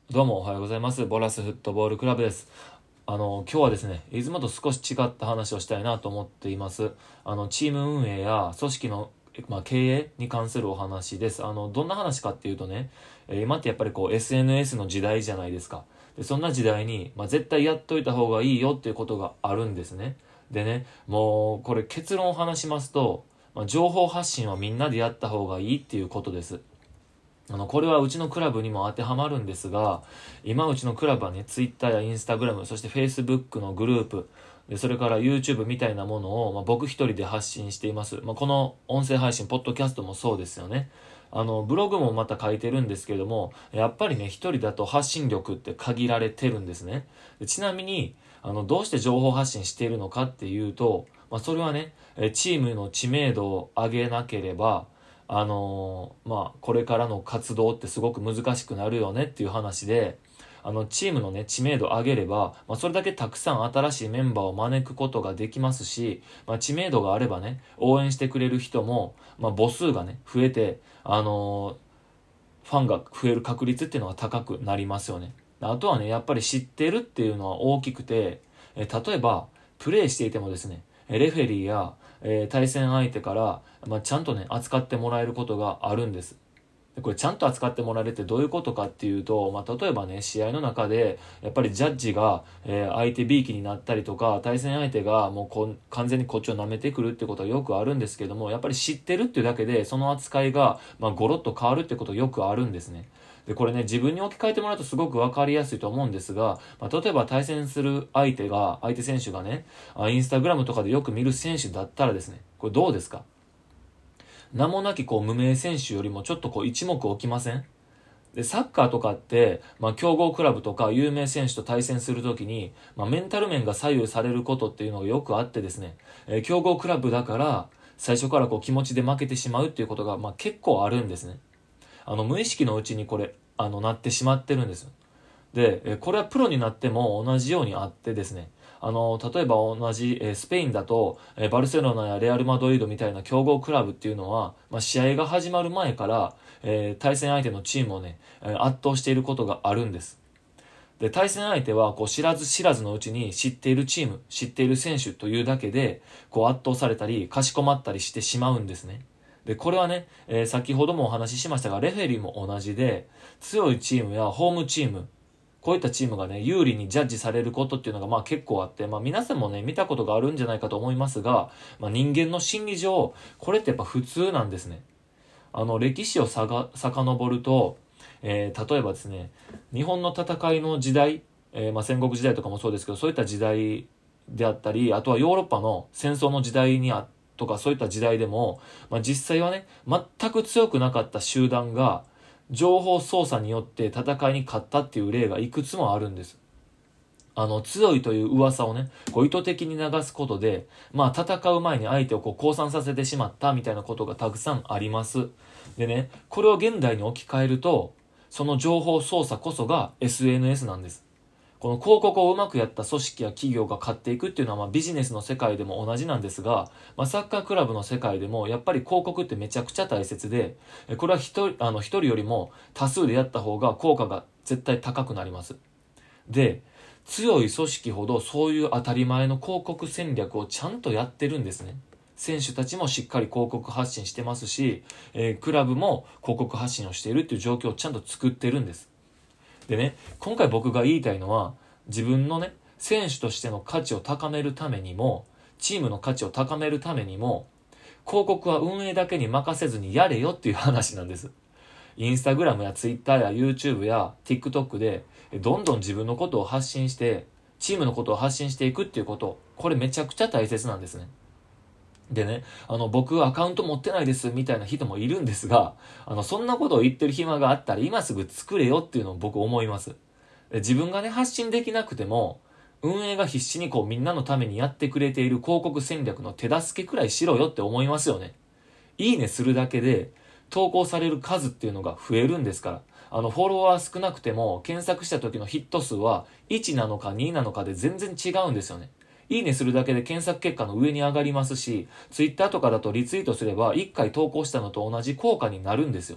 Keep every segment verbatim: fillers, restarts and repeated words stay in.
どうもおはようございます。ボラスフットボールクラブです。あの、今日はですね、いつもと少し違った話をしたいなと思っています。あの、チーム運営や組織の、まあ、経営に関するお話です。あの、どんな話かっていうとね、えー今ってやっぱりこう エスエヌエス の時代じゃないですか。で、そんな時代に、まあ、絶対やっといた方がいいよっていうことがあるんですね。でね、もう、これ結論を話しますと、まあ、情報発信はみんなでやった方がいいっていうことです。あの、これはうちのクラブにも当てはまるんですが、今うちのクラブはね、Twitter や Instagram、そして Facebook のグループ、でそれから YouTube みたいなものを、まあ、僕一人で発信しています。まあ、この音声配信、ポッドキャストもそうですよね。あの、ブログもまた書いてるんですけれども、やっぱりね、一人だと発信力って限られてるんですね。でちなみに、あの、どうして情報発信しているのかっていうと、まあ、それはね、えチームの知名度を上げなければ、あのーまあ、これからの活動ってすごく難しくなるよねっていう話で、あの、チームのね、知名度を上げれば、まあ、それだけたくさん新しいメンバーを招くことができますし、まあ、知名度があればね、応援してくれる人も、まあ、母数がね、増えて、あのーファンが増える確率っていうのが高くなりますよね。あとはね、やっぱり知ってるっていうのは大きくて、え例えば、プレイしていてもですね、レフェリーや、えー対戦相手から、まあ、ちゃんとね、扱ってもらえることがあるんです。でこれちゃんと扱ってもらえるってどういうことかっていうと、まあ、例えばね、試合の中で、やっぱりジャッジが、えー相手 B 期になったりとか、対戦相手がもうこん完全にこっちを舐めてくるってことはよくあるんですけども、やっぱり知ってるっていうだけで、その扱いが、まあ、ゴロッと変わるってことよくあるんですね。で、これね、自分に置き換えてもらうとすごくわかりやすいと思うんですが、まあ、例えば対戦する相手が、相手選手がね、あインスタグラムとかでよく見る選手だったらですね、これどうですか？名もなきこう無名選手よりもちょっとこう一目置きません？で、サッカーとかって、まあ、強豪クラブとか有名選手と対戦するときに、まあ、メンタル面が左右されることっていうのがよくあってですね、えー強豪クラブだから、最初からこう気持ちで負けてしまうっていうことが、まあ、結構あるんですね。あの、無意識のうちにこれ、あの、なってしまってるんです。で、えこれはプロになっても同じようにあってですね、あの、例えば同じ、えスペインだと、えバルセロナやレアル・マドリードみたいな強豪クラブっていうのは、まあ、試合が始まる前から、えー対戦相手のチームをね、えー圧倒していることがあるんです。で、対戦相手は、こう、知らず知らずのうちに知っているチーム、知っている選手というだけで、こう、圧倒されたり、かしこまったりしてしまうんですね。で、これはね、えー先ほどもお話ししましたが、レフェリーも同じで、強いチームやホームチーム、こういったチームがね、有利にジャッジされることっていうのがまあ結構あって、まあ皆さんもね、見たことがあるんじゃないかと思いますが、まあ人間の心理上、これってやっぱ普通なんですね。あの、歴史をさが、遡ると、えー例えばですね、日本の戦いの時代、えーまあ戦国時代とかもそうですけど、そういった時代であったり、あとはヨーロッパの戦争の時代にあとかそういった時代でも、まあ実際はね、全く強くなかった集団が、情報操作によって戦いに勝ったっていう例がいくつもあるんです。あの、強いという噂をね、こう意図的に流すことで、まあ戦う前に相手をこう降参させてしまったみたいなことがたくさんあります。でね、これを現代に置き換えると、その情報操作こそが エスエヌエス なんです。この広告をうまくやった組織や企業が買っていくっていうのはまあビジネスの世界でも同じなんですが、まあ、サッカークラブの世界でもやっぱり広告ってめちゃくちゃ大切で、これは一人、あの一人よりも多数でやった方が効果が絶対高くなります。で、強い組織ほどそういう当たり前の広告戦略をちゃんとやってるんですね。選手たちもしっかり広告発信してますし、えークラブも広告発信をしているっていう状況をちゃんと作ってるんです。でね、今回僕が言いたいのは、自分のね、選手としての価値を高めるためにも、チームの価値を高めるためにも、広告は運営だけに任せずにやれよっていう話なんです。インスタグラムやツイッターや YouTube や TikTok で、どんどん自分のことを発信して、チームのことを発信していくっていうこと、これめちゃくちゃ大切なんですね。でね、あの、僕アカウント持ってないですみたいな人もいるんですが、あの、そんなことを言ってる暇があったら今すぐ作れよっていうのを僕思います。自分がね、発信できなくても、運営が必死にこうみんなのためにやってくれている広告戦略の手助けくらいしろよって思いますよね。いいねするだけで投稿される数っていうのが増えるんですから。あの、フォロワー少なくても検索した時のヒット数はいちなのかになのかで全然違うんですよね。いいねするだけで検索結果の上に上がりますし、ツイッターとかだとリツイートすればいっかい投稿したのと同じ効果になるんですよ。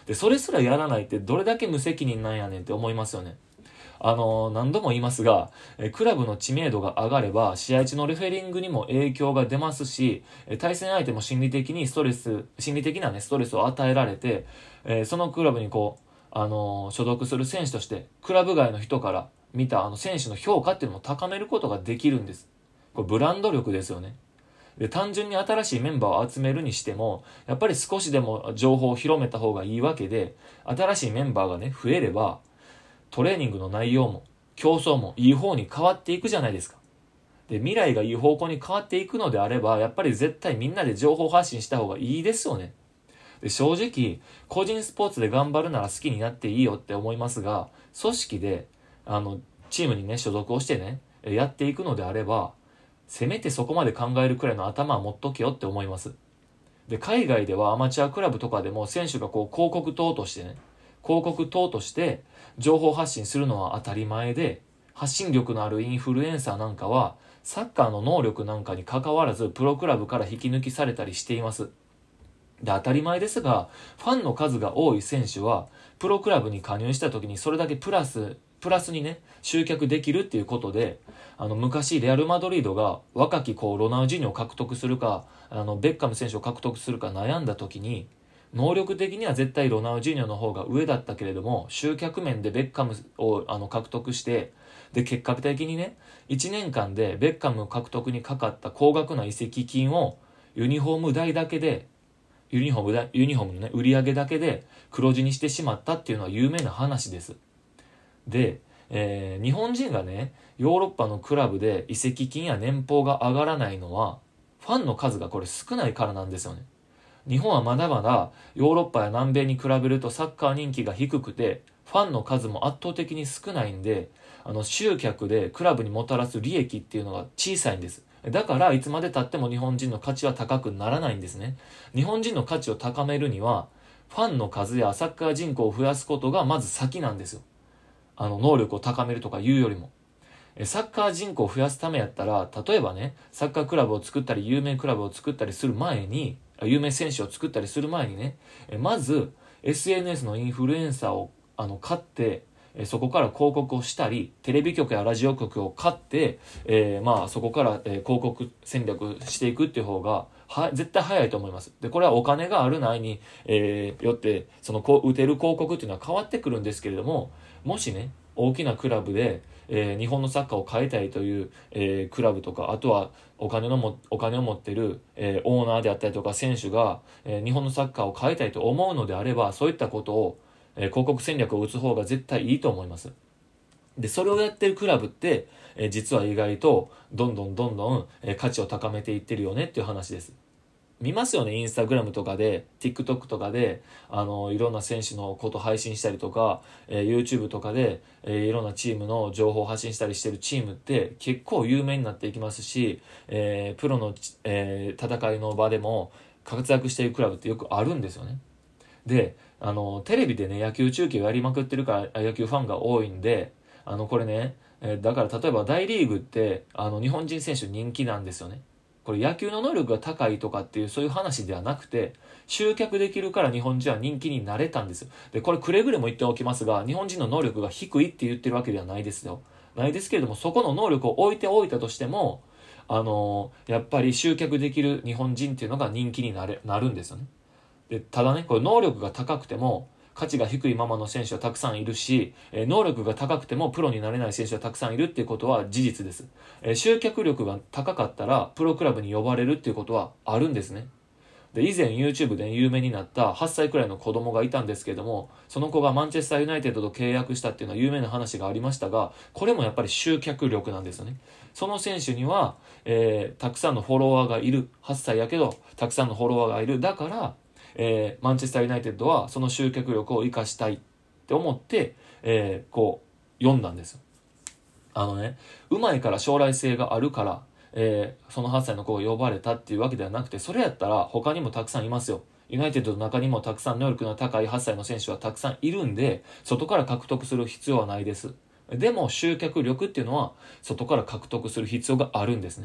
で、それすらやらないってどれだけ無責任なんやねんって思いますよね。あのー何度も言いますが、えクラブの知名度が上がれば、試合中のレフェリングにも影響が出ますし、え対戦相手も心理的にストレス、心理的なね、ストレスを与えられて、えーそのクラブにこう、あのー所属する選手として、クラブ外の人から見たあの選手の評価っていうのも高めることができるんです。これブランド力ですよね。で、単純に新しいメンバーを集めるにしても、やっぱり少しでも情報を広めた方がいいわけで、新しいメンバーがね、増えれば、トレーニングの内容も競争もいい方に変わっていくじゃないですか。で、未来がいい方向に変わっていくのであれば、やっぱり絶対みんなで情報発信した方がいいですよね。で、正直個人スポーツで頑張るなら好きになっていいよって思いますが、組織であのチームにね所属をしてねやっていくのであれば、せめてそこまで考えるくらいの頭は持っとけよって思います。で、海外ではアマチュアクラブとかでも選手がこう広告塔としてね広告塔として情報発信するのは当たり前で、発信力のあるインフルエンサーなんかはサッカーの能力なんかに関わらずプロクラブから引き抜きされたりしています。で、当たり前ですが、ファンの数が多い選手はプロクラブに加入した時にそれだけプラスプラスにね集客できるっていうことで、あの昔レアル・マドリードが若きこうロナウジーニョを獲得するか、あのベッカム選手を獲得するか悩んだ時に、能力的には絶対ロナウジーニョの方が上だったけれども、集客面でベッカムをあの獲得して、で結果的にねいちねんかんでベッカム獲得にかかった高額な移籍金をユニフォーム代だけでユニフォームだユニフォームのね売り上げだけで黒字にしてしまったっていうのは有名な話です。で、えー日本人がねヨーロッパのクラブで移籍金や年俸が上がらないのは、ファンの数がこれ少ないからなんですよね。日本はまだまだヨーロッパや南米に比べるとサッカー人気が低くて、ファンの数も圧倒的に少ないんで、あの集客でクラブにもたらす利益っていうのが小さいんです。だからいつまで経っても日本人の価値は高くならないんですね。日本人の価値を高めるには、ファンの数やサッカー人口を増やすことがまず先なんですよ。あの能力を高めるとかいうよりも。サッカー人口を増やすためやったら、例えばねサッカークラブを作ったり有名クラブを作ったりする前に、有名選手を作ったりする前にね、まず エスエヌエス のインフルエンサーをあの買って、そこから広告をしたり、テレビ局やラジオ局を買って、えー、まあそこから、えー、広告戦略していくっていう方がは絶対早いと思います。で、これはお金があるないに、えー、よってそのこう打てる広告っていうのは変わってくるんですけれども、もしね大きなクラブで、えー、日本のサッカーを変えたいという、えー、クラブとか、あとはお金のもお金を持ってる、えー、オーナーであったりとか選手が、えー、日本のサッカーを変えたいと思うのであれば、そういったことを、えー、広告戦略を打つ方が絶対いいと思います。で、それをやってるクラブって、えー、実は意外とどんどんどんどん、えー、価値を高めていってるよねっていう話です。見ますよね、インスタグラムとかで TikTok とかであのいろんな選手のこと配信したりとか、えー、YouTube とかで、えーいろんなチームの情報を発信したりしてるチームって結構有名になっていきますし、えープロの、えー戦いの場でも活躍しているクラブってよくあるんですよね。で、あのテレビでね野球中継をやりまくってるから野球ファンが多いんで、あのこれね、えーだから例えば大リーグってあの日本人選手人気なんですよね。これ野球の能力が高いとかっていうそういう話ではなくて、集客できるから日本人は人気になれたんですよ。で、これくれぐれも言っておきますが、日本人の能力が低いって言ってるわけではないですよ。ないですけれども、そこの能力を置いておいたとしても、あのーやっぱり集客できる日本人っていうのが人気になれなるんですよね。で、ただね、これ能力が高くても価値が低いままの選手はたくさんいるし、えー能力が高くてもプロになれない選手はたくさんいるっていうことは事実です。えー集客力が高かったらプロクラブに呼ばれるっていうことはあるんですね。で、以前 YouTube で有名になったはっさいくらいの子供がいたんですけれども、その子がマンチェスターユナイテッドと契約したっていうのは有名な話がありましたが、これもやっぱり集客力なんですよね。その選手には、えーたくさんのフォロワーがいる。はっさいやけどたくさんのフォロワーがいる。だからえーマンチェスターユナイテッドはその集客力を生かしたいって思って、えーこう読んだんですよ。あのね、うまいから将来性があるから、えーそのはっさいの子が呼ばれたっていうわけではなくて、それやったら他にもたくさんいますよ。ユナイテッドの中にもたくさん能力の高いはっさいの選手はたくさんいるんで、外から獲得する必要はないです。でも集客力っていうのは外から獲得する必要があるんですね。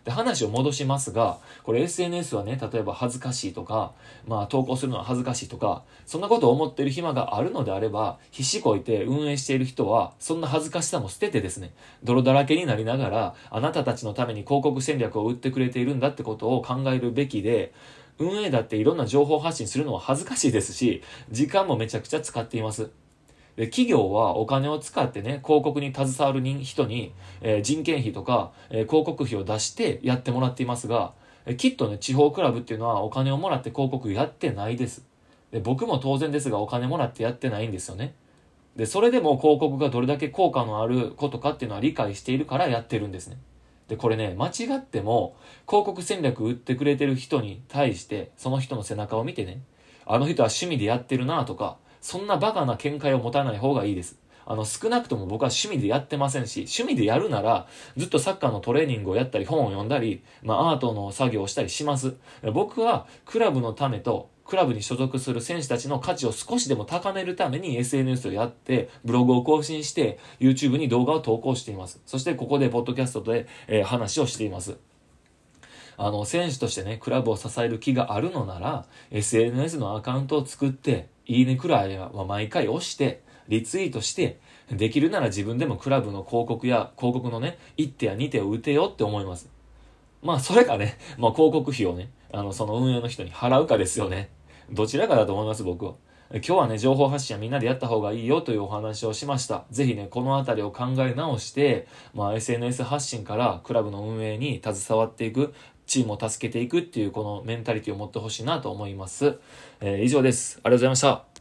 で、話を戻しますが、これ エスエヌエス はね、例えば恥ずかしいとか、まあ投稿するのは恥ずかしいとか、そんなことを思っている暇があるのであれば、必死こいて運営している人は、そんな恥ずかしさも捨ててですね、泥だらけになりながら、あなたたちのために広告戦略を売ってくれているんだってことを考えるべきで、運営だっていろんな情報発信するのは恥ずかしいですし、時間もめちゃくちゃ使っています。で、企業はお金を使ってね、広告に携わる人人に、えー人件費とか、えー広告費を出してやってもらっていますが、えーきっとね、地方クラブっていうのはお金をもらって広告やってないです。で、僕も当然ですがお金もらってやってないんですよね。で、それでも広告がどれだけ効果のあることかっていうのは理解しているからやってるんですね。で、これね、間違っても広告戦略売ってくれてる人に対して、その人の背中を見てね、あの人は趣味でやってるなとか、そんなバカな見解を持たない方がいいです。あの、少なくとも僕は趣味でやってませんし、趣味でやるなら、ずっとサッカーのトレーニングをやったり、本を読んだり、まあ、アートの作業をしたりします。僕は、クラブのためと、クラブに所属する選手たちの価値を少しでも高めるために エスエヌエス をやって、ブログを更新して、YouTube に動画を投稿しています。そして、ここで、ポッドキャストで、えー話をしています。あの、選手としてね、クラブを支える気があるのなら、エスエヌエス のアカウントを作って、いいねくらいは毎回押して、リツイートして、できるなら自分でもクラブの広告や、広告のね、いってやにてを打てよって思います。まあ、それかね、まあ、広告費をね、あの、その運営の人に払うかですよね。どちらかだと思います、僕は。今日はね、情報発信はみんなでやった方がいいよというお話をしました。ぜひね、このあたりを考え直して、まあ、エスエヌエス 発信からクラブの運営に携わっていく、チームを助けていくっていうこのメンタリティを持ってほしいなと思います。えー以上です。ありがとうございました。